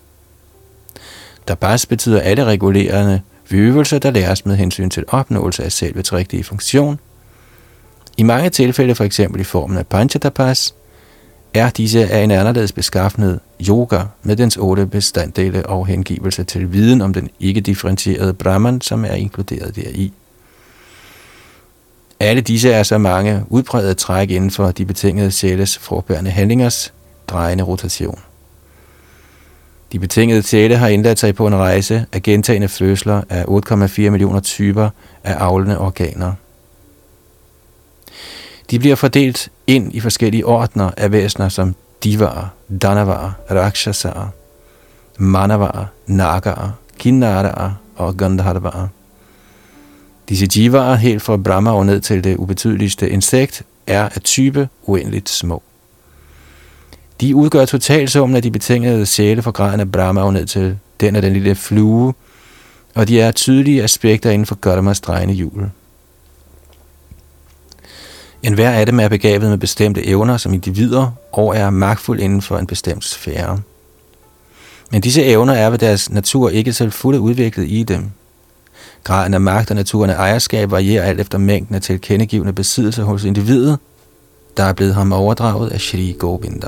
Dabas betyder alle regulerende øvelser, der læres med hensyn til opnåelse af selvets rigtige funktion. I mange tilfælde, f.eks. i formen af Panchatapas, er disse af en anderledes beskaffenhed yoga med dens 8 bestanddele og hengivelse til viden om den ikke differentierede Brahman, som er inkluderet deri. Alle disse er så mange udprægede træk inden for de betingede sjæles frugtbærende handlingers drejende rotation. De betingede sjæle har indladt sig på en rejse af gentagne fødsler af 8,4 millioner typer af avlende organer. De bliver fordelt ind i forskellige ordner af væsener som divaer, danavaer, rakshasaer, manavaer, nagaer, kinnaraer og gandharvaer. Disse jivaer, helt fra Brahma og ned til det ubetydeligste insekt, er af type uendeligt små. De udgør totalsummen af de betingede sjæle fra graden af Brahma og ned til den af den lille flue, og de er tydelige aspekter inden for karmas drejende hjul. Enhver af dem er begavet med bestemte evner som individer og er magtfuld inden for en bestemt sfære. Men disse evner er ved deres natur ikke selv fuldt udviklet i dem. Graden af magt og naturen af ejerskab varierer alt efter mængden af tilkendegivende besiddelser hos individet, der er blevet ham overdraget af Shri Govinda.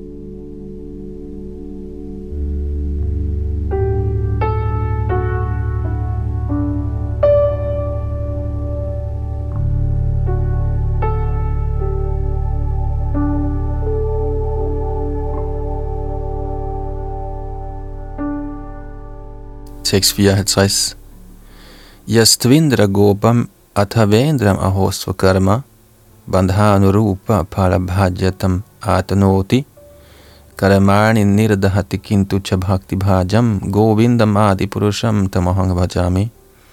Tekst 54. Yastvindra gopam athavendram ahosva karma bandhanurupa palabhajatam atanoti karamani nirdahati kintu cha bhakti bhajam govindam adi purusham tamahang bhajami.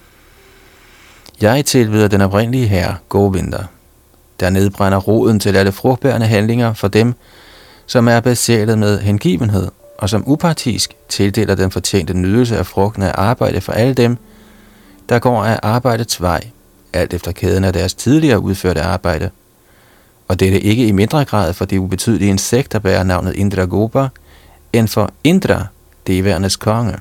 Jeg tilbyder den oprindelige herre Govinda, der nedbrænder roden til alle frugtbærende handlinger for dem, som er besjælet med hengivenhed, og som upartisk tildeler den fortjente nydelse af frugten af arbejde for alle dem, der går af arbejdets vej, alt efter kæden af deres tidligere udførte arbejde. Og dette ikke i mindre grad for det ubetydelige insekt, der bærer navnet Indragopa, end for Indra, devernes konge.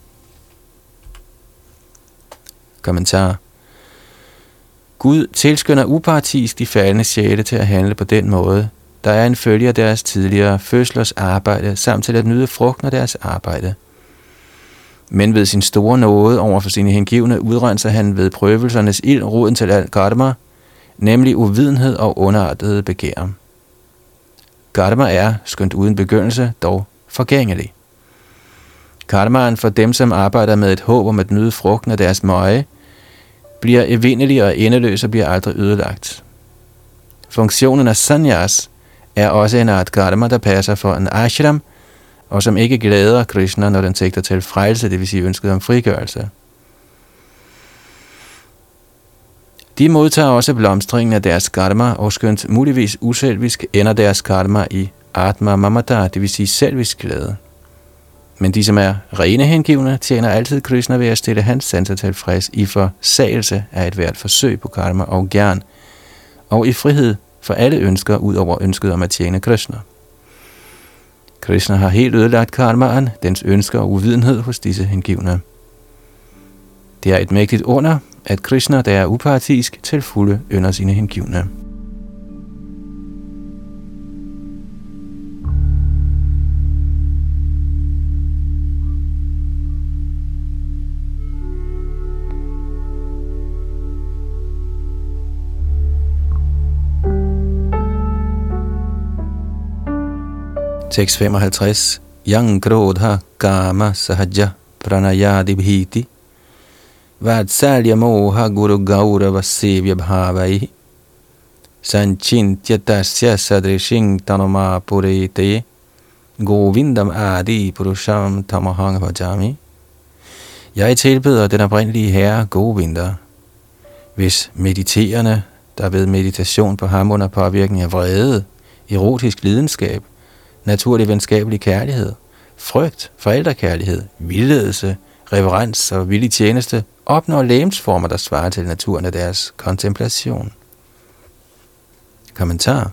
Kommentar. Gud tilskynder upartisk de faldne sjæle til at handle på den måde, der er en følge af deres tidligere fødslers arbejde, samt til at nyde frugten af deres arbejde. Men ved sin store nåde over for sine hengivne udrenser han ved prøvelsernes ild roden til alt karma, nemlig uvidenhed og underartede begær. Karma er, skønt uden begyndelse, dog forgængelig. Karmaen for dem, som arbejder med et håb om at nyde frugten af deres møje, bliver evindelig og endeløs og bliver aldrig ødelagt. Funktionen af sannyas er også en art karma, der passer for en ashram, og som ikke glæder Krishna, når den sigter til frelse, det vil sige ønsket om frigørelse. De modtager også blomstringen af deres karma, og skønt muligvis uselvisk ender deres karma i atma mamata, det vil sige selvisk glæde. Men de, som er rene hengivne, tjener altid Krishna ved at stille hans sanser tilfreds i forsagelse af et hvert forsøg på karma og gyan, og i frihed for alle ønsker ud over ønsket om at tjene Krishna. Krishna har helt ødelagt karmaen, dens ønsker og uvidenhed hos disse hengivne. Det er et mægtigt under, at Krishna, der er upartisk, til fulde ynder sine hengivne. Tekst 55. Yang krodha kama sahaja pranayadi bhiti vatsalya moha guru gaurava sevya bhavai sanchintya tasya sadrishing tanoma purete govindam adi purusham tamahang bhajami. Jeg tilbeder den oprindelige herre Govinda, hvis mediterende, der ved meditation på ham under påvirkning af vrede, erotisk lidenskab, naturlig venskabelig kærlighed, frygt, forældrekærlighed, vildledelse, reverens og villig tjeneste opnår legemsformer, der svarer til naturen af deres kontemplation. Kommentar.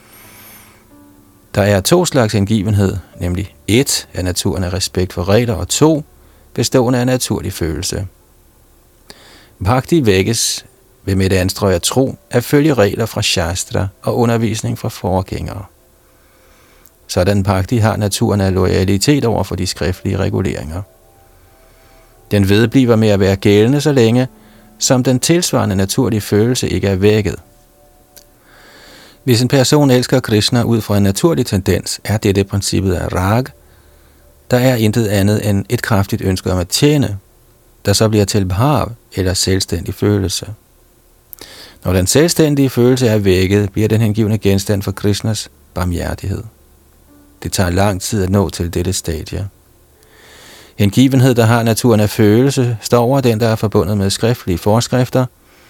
Der er 2 slags hengivenhed, nemlig 1 af naturen af respekt for regler, og 2 bestående af naturlig følelse. Bhakti vækkes ved med det anstrøg af tro at følge regler fra Shastra og undervisning fra forgængere. Sådan bhakti har naturen af loyalitet over for de skriftlige reguleringer. Den vedbliver med at være gældende så længe, som den tilsvarende naturlige følelse ikke er vækket. Hvis en person elsker Krishna ud fra en naturlig tendens, er dette princippet af rag. Der er intet andet end et kraftigt ønske om at tjene, der så bliver til bhav eller selvstændig følelse. Når den selvstændige følelse er vækket, bliver den hengivne genstand for Krishnas barmhjertighed. Det tager lang tid at nå til dette stadie. Hengivenhed, der har naturen af følelse, står over den, der er forbundet med skriftlige forskrifter,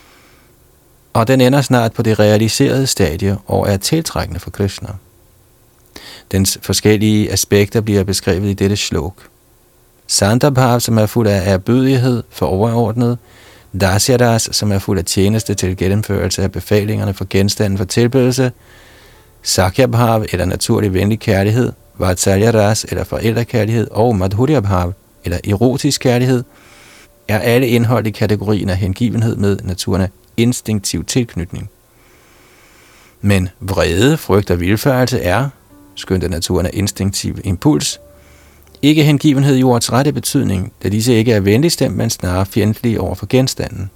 og den ender snart på det realiserede stadie og er tiltrækkende for Krishna. Dens forskellige aspekter bliver beskrevet i dette shlok. Sandabhav, som er fuld af erbødighed for overordnet, Dasyadas, som er fuld af tjeneste til gennemførelse af befalingerne for genstanden for tilbedelse, Sakyabhav eller naturlig venlig kærlighed, Vatsalyaras eller forældrekærlighed og Madhuryabhav eller erotisk kærlighed, er alle indholdt i kategorien af hengivenhed med naturen af instinktiv tilknytning. Men vrede, frygt og vildfarelse er, skønt af naturen af instinktiv impuls, ikke hengivenhed i ordets rette betydning, da disse ikke er venligstemt, men snarere fjendtlige over for genstanden.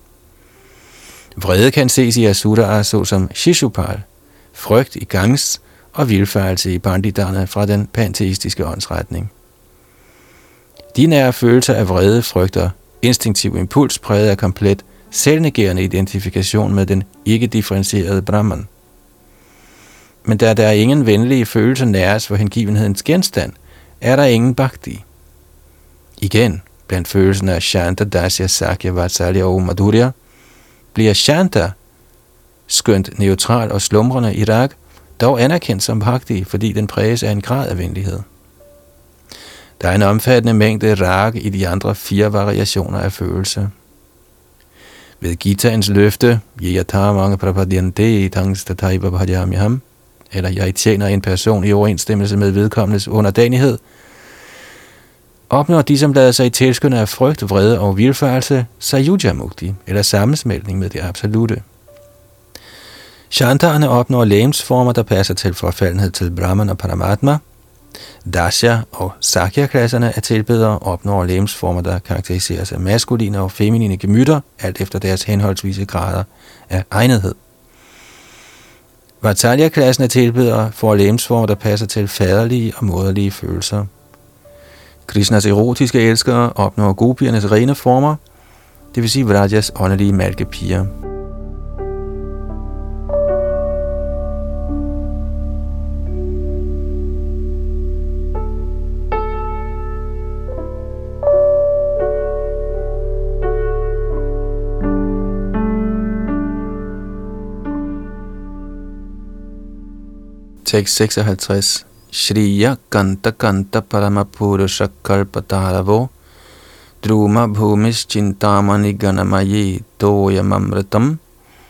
Vrede kan ses i asuraer såsom Shishupal, frygt i Gangs og vildfarelse i panditerne fra den panteistiske åndsretning. De nære følelser af vrede, frygt og instinktiv impuls præget af komplet selvnegerende identifikation med den ikke-differentierede Brahman. Men da der er ingen venlige følelser næres for hengivenhedens genstand, er der ingen bhakti. Igen, blandt følelsen af Shanta, Dasya, Sakya, Vatsalya og Madhurya, bliver Shanta, skønt neutral og slumrende i rag, dog anerkendt som bhakti, fordi den præges af en grad af venlighed. Der er en omfattende mængde rag i de andre 4 variationer af følelse. Ved Gitaens løfte, eller jeg tjener en person i overensstemmelse med vedkommendes underdanighed, opnår de, som lader sig tilskynde af frygt, vrede og vildfarelse, sayuja mukti, eller sammensmeltning med det absolute. Shantaerne opnår legemsformer, der passer til forfaldenhed til Brahman og Paramatma. Dasya og Sakya-klasserne af tilbedere opnår legemsformer, der karakteriseres af maskuline og feminine gemytter, alt efter deres henholdsvise grader af egnethed. Vatsalya-klassen af tilbedere får legemsformer, der passer til faderlige og moderlige følelser. Krishnas erotiske elskere opnår gopiernes rene former, det vil sige Vrajas åndelige malkepiger. Tekst 56. Shriya kanta kanta paramapurusha kalpataravo druma bhumis chintamani ganamayi toyamamratam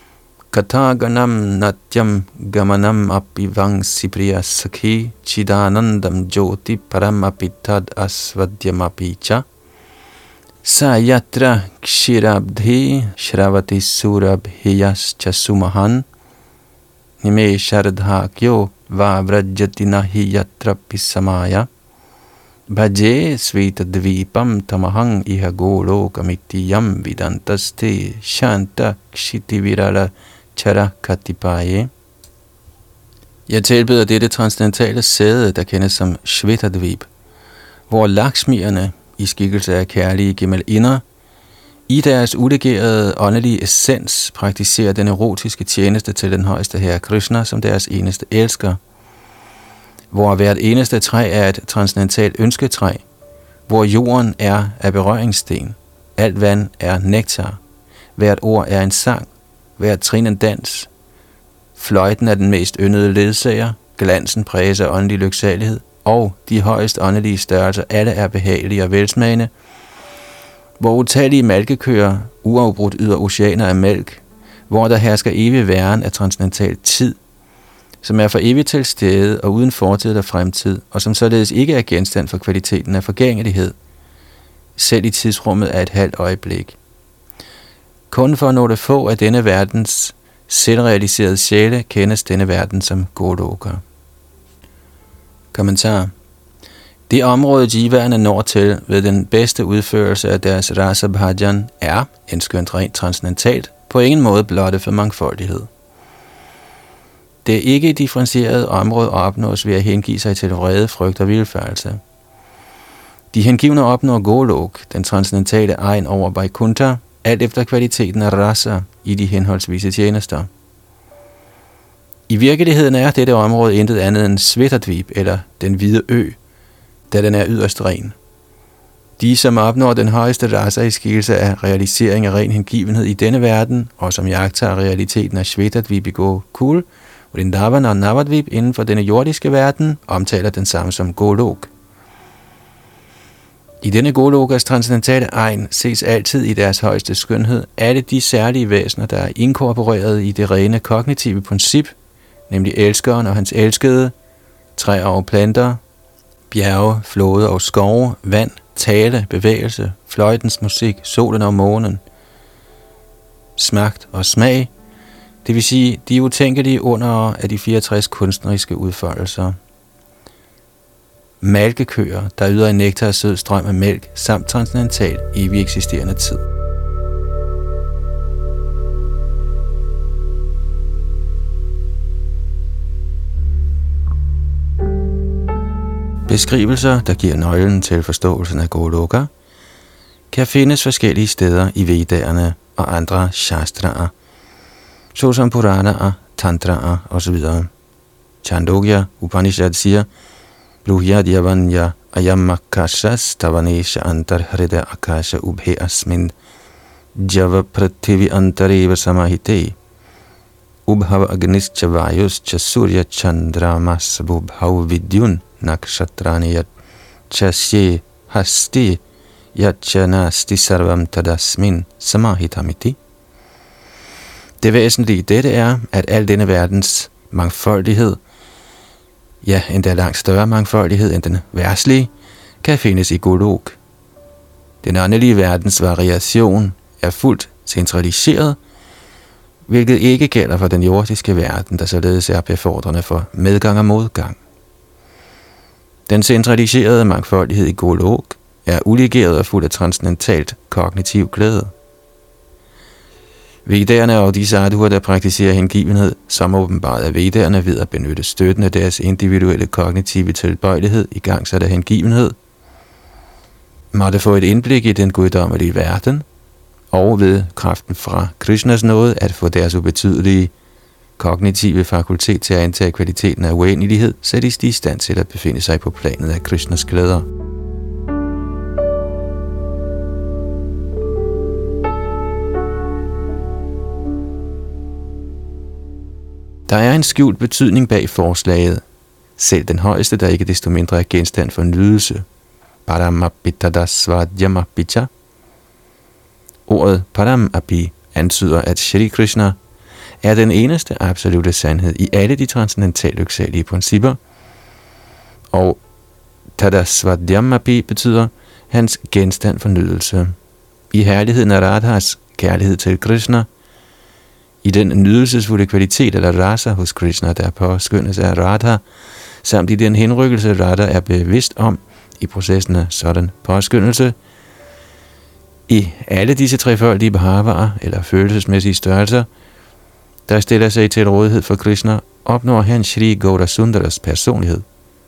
Kataganam natyam gamanam apivang sipriya sakhi chidanandam jyoti param apitad asvadyam apicha sayatra kshirabdhi shravati surabhiyas chasumahan nime shardhakyo vavrajati nahi yatra pisamaya bhaje svita dvipam tamahang iha golokamitiyam vidantaste shanta kshitivirala charakatipaye. Jeg tilbeder dette transcendentale sæde, der kendes som Shvetadvip, hvor Lakshmierne i skikkelse af kærlige gemalinder i deres ulegerede åndelige essens praktiserer den erotiske tjeneste til den højeste herre Krishna som deres eneste elsker, hvor hvert eneste træ er et transcendentalt ønsketræ, hvor jorden er af berøringssten, alt vand er nektar, hvert ord er en sang, hvert trin en dans, fløjten er den mest yndede ledsager, glansen præges af åndelig lyksalighed, og de højst åndelige størrelser alle er behagelige og velsmagende, hvor utallige malkekøer uafbrudt yder oceaner af mælk, hvor der hersker evig væren af transcendental tid, som er for evigt til stede og uden fortid og fremtid, og som således ikke er genstand for kvaliteten af forgængelighed, selv i tidsrummet af et halvt øjeblik. Kun for nogle få af denne verdens selvrealiserede sjæle kendes denne verden som Goloka. Kommentar. Det område jivaerne når til ved den bedste udførelse af deres rasa bhajan er, endskønt rent transcendentalt, på ingen måde blotte for mangfoldighed. Det ikke differentierede område opnås ved at hengive sig til vrede, frygt og vildfarelse. De hengivne opnår Golok, den transcendentale egen over Vaikuntha, alt efter kvaliteten af rasa i de henholdsvise tjenester. I virkeligheden er dette område intet andet end Shvetadvip, eller den hvide ø, da den er yderst ren. De, som opnår den højeste rasa i skikkelse af realisering af ren hengivenhed i denne verden, og som jagter realiteten af Shvetadvip i Gokul, Vrindavan og Navadvip inden for denne jordiske verden, omtaler den samme som Golok. I denne Golokas transcendentale egen ses altid i deres højeste skønhed alle de særlige væsener, der er inkorporeret i det rene kognitive princip, nemlig elskeren og hans elskede, træer og planter, bjerge, floder og skove, vand, tale, bevægelse, fløjtens musik, solen og månen, smagt og smag, det vil sige de utænkelige under af de 64 kunstneriske udfoldelser. Malkekøer, der yder en nektar sød strøm af mælk, samt transcendental evig eksisterende tid. Beskrivelser, der giver nøglen til forståelsen af Goloka, kan findes forskellige steder i Vedaerne og andre shastraer, såsom Puranaer, Tantraer osv. Chandogya Upanishad siger, Bluhyadhyavanya ayam akashas tavanesha antarhrida akasha ubhe asmin java prathivi antareva samahite ubhava agnischa vayuscha surya chandramas bubhav vidyun nakshatrani yat chasye hasti yatchanasti sarvam tadasmin samahitamiti. Det væsentlige i dette er, at al denne verdens mangfoldighed, ja, endda langt større mangfoldighed end den verdslige, kan findes i Golok. Den åndelige verdens variation er fuldt centraliseret, hvilket ikke gælder for den jordiske verden, der således er befordrende for medgang og modgang. Den centraliserede mangfoldighed i Golok er uligeret og fuld af transcendentalt kognitiv glæde. Vedaerne og de sadhuer, der praktiserer hengivenhed, som åbenbart er vedaerne ved at benytte støtten af deres individuelle kognitive tilbøjelighed i gangsat af hengivenhed, måtte få et indblik i den guddommelige verden, og ved kraften fra Krishnas nåde at få deres ubetydelige kognitive fakultet til at antage kvaliteten af uendelighed, sættes de i stand til at befinde sig på planet af Krishnas glæder. Der er en skjult betydning bag forslaget. Selv den højeste, der ikke desto mindre er genstand for nydelse. Ordet Param Api antyder, at Shri Krishna er den eneste absolute sandhed i alle de transcendentale lyksalige principper, og Tadasvadhyamapi betyder hans genstand for nydelse. I herligheden af Radhas kærlighed til Krishna, i den nydelsesfulde kvalitet eller rasa hos Krishna, der påskyndes af Radha, samt i den henrykkelse, Radha er bevidst om i processen af sådan påskyndelse, i alle disse trefoldige bhavaer eller følelsesmæssige størrelser, der stiller sig til rådighed for Krishna, opnår han Shri Gaurasundaras personlighed.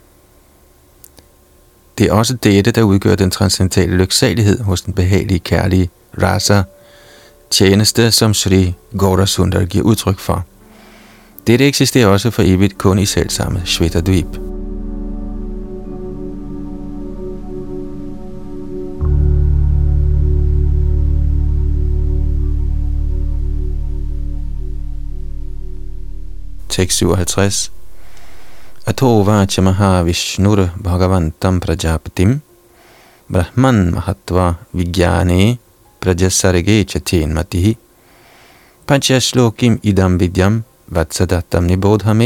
Det er også dette, der udgør den transcendentale lyksalighed hos den behagelige, kærlige rasa, tjeneste, som Shri Gaurasundar giver udtryk for. Dette eksisterer også for evigt kun i selvsamme Shvetadvip. Tekst 57. Ato vacha maha vishnur bhagavantam prajapatim brahman mahatva vigyane prajasarge chaten matihi panchashlokim idam vidyam vatsadatam nibodhame.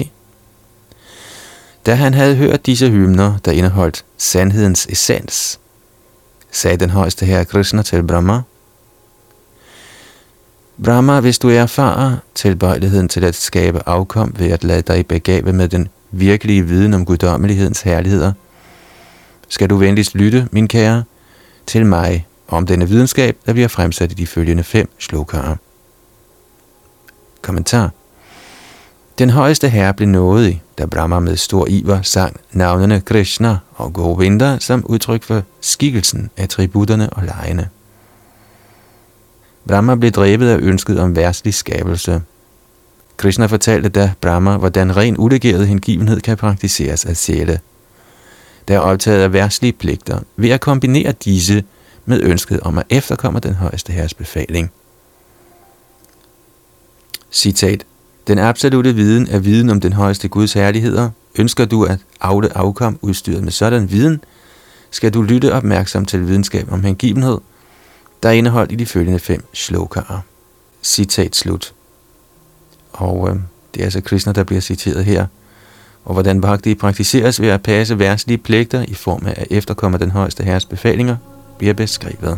Da han havde hørt disse hymner, der indeholdt sandhedens essens, sagde den højeste herre Krishna til Brahma: Brahma, hvis du erfarer tilbøjeligheden til at skabe afkom ved at lade dig begave med den virkelige viden om guddommelighedens herligheder, skal du venligst lytte, min kære, til mig om denne videnskab, der bliver fremsat i de følgende 5 shlokaer. Kommentar. Den højeste herre blev nådig, da Brahma med stor iver sang navnene Krishna og Govinda som udtryk for skikkelsen, attributterne og legene. Brahma blev drevet af ønsket om verdslig skabelse. Krishna fortalte da Brahma, hvordan ren ulegeret hengivenhed kan praktiseres af sjæle, der er optaget af verdslige pligter, ved at kombinere disse med ønsket om at efterkomme den højeste herres befaling. Citat. Den absolute viden er viden om den højeste Guds herligheder. Ønsker du at afle afkom udstyret med sådan viden, skal du lytte opmærksomt til videnskab om hengivenhed, der er indeholdt i de følgende 5 shlokaer. Citat slut. Og det er altså Krishna, der bliver citeret her. Og hvordan bhakti praktiseres ved at passe verdslige pligter i form af at efterkomme den højeste herres befalinger, bliver beskrevet.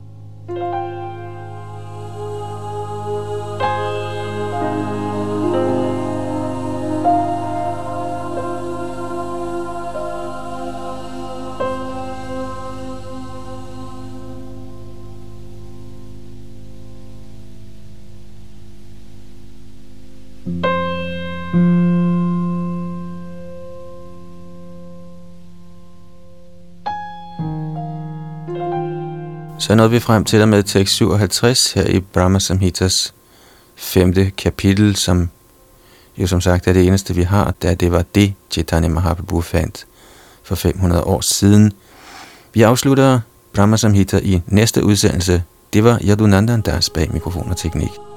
Så nåede vi frem til og med tekst 57 her i Brahma Samhitas 5. kapitel, som jo som sagt er det eneste vi har, da det var det Chaitanya Mahaprabhu fandt for 500 år siden. Vi afslutter Brahma Samhita i næste udsendelse. Det var Yadunandan Das bag mikrofon og teknik.